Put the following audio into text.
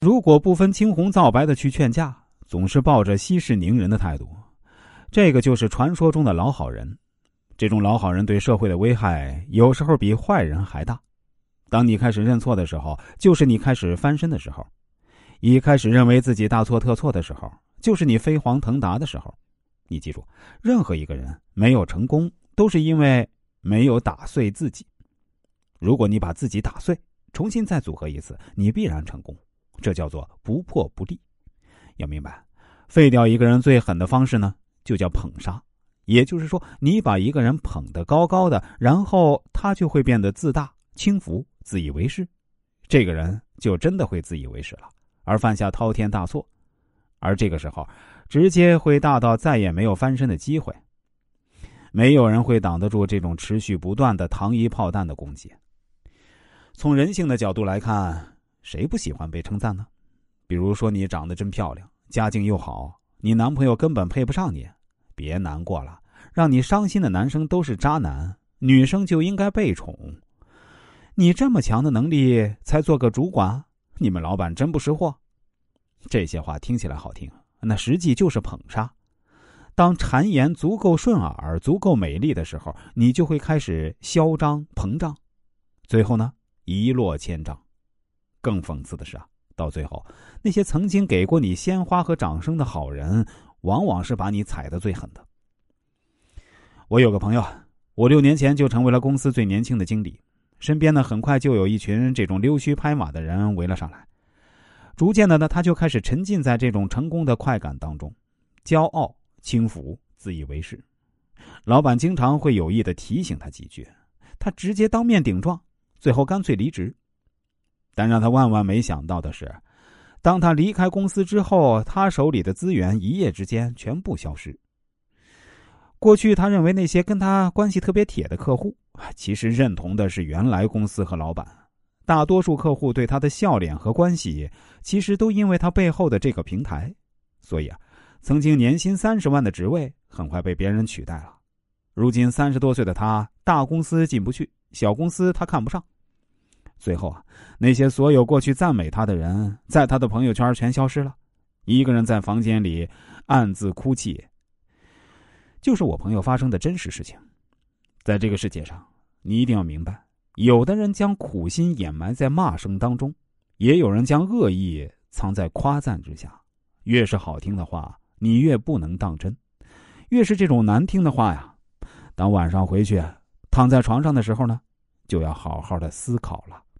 如果不分青红皂白的去劝架，总是抱着息事宁人的态度，这个就是传说中的老好人。这种老好人对社会的危害有时候比坏人还大。当你开始认错的时候，就是你开始翻身的时候；一开始认为自己大错特错的时候，就是你飞黄腾达的时候。你记住，任何一个人没有成功，都是因为没有打碎自己。如果你把自己打碎，重新再组合一次，你必然成功。这叫做不破不立。要明白，废掉一个人最狠的方式呢，就叫捧杀。也就是说，你把一个人捧得高高的，然后他就会变得自大、轻浮、自以为是。这个人就真的会自以为是了，而犯下滔天大错。而这个时候，直接会大到再也没有翻身的机会。没有人会挡得住这种持续不断的糖衣炮弹的攻击。从人性的角度来看，谁不喜欢被称赞呢？比如说你长得真漂亮，家境又好，你男朋友根本配不上你，别难过了，让你伤心的男生都是渣男，女生就应该被宠。你这么强的能力才做个主管，你们老板真不识货。这些话听起来好听，那实际就是捧杀。当谗言足够顺耳、足够美丽的时候，你就会开始嚣张膨胀，最后呢，一落千丈。更讽刺的是到最后，那些曾经给过你鲜花和掌声的好人，往往是把你踩得最狠的。我有个朋友，5、6年前就成为了公司最年轻的经理，身边呢很快就有一群这种溜须拍马的人围了上来。逐渐的呢，他就开始沉浸在这种成功的快感当中，骄傲、轻浮、自以为是。老板经常会有意的提醒他几句，他直接当面顶撞，最后干脆离职。但让他万万没想到的是，当他离开公司之后，他手里的资源一夜之间全部消失。过去他认为那些跟他关系特别铁的客户，其实认同的是原来公司和老板。大多数客户对他的笑脸和关系，其实都因为他背后的这个平台。所以曾经年薪30万的职位，很快被别人取代了。如今30多岁的他，大公司进不去，小公司他看不上。最后那些所有过去赞美他的人，在他的朋友圈全消失了，一个人在房间里暗自哭泣。就是我朋友发生的真实事情。在这个世界上，你一定要明白，有的人将苦心掩埋在骂声当中，也有人将恶意藏在夸赞之下。越是好听的话，你越不能当真；越是这种难听的话呀，当晚上回去躺在床上的时候呢，就要好好的思考了。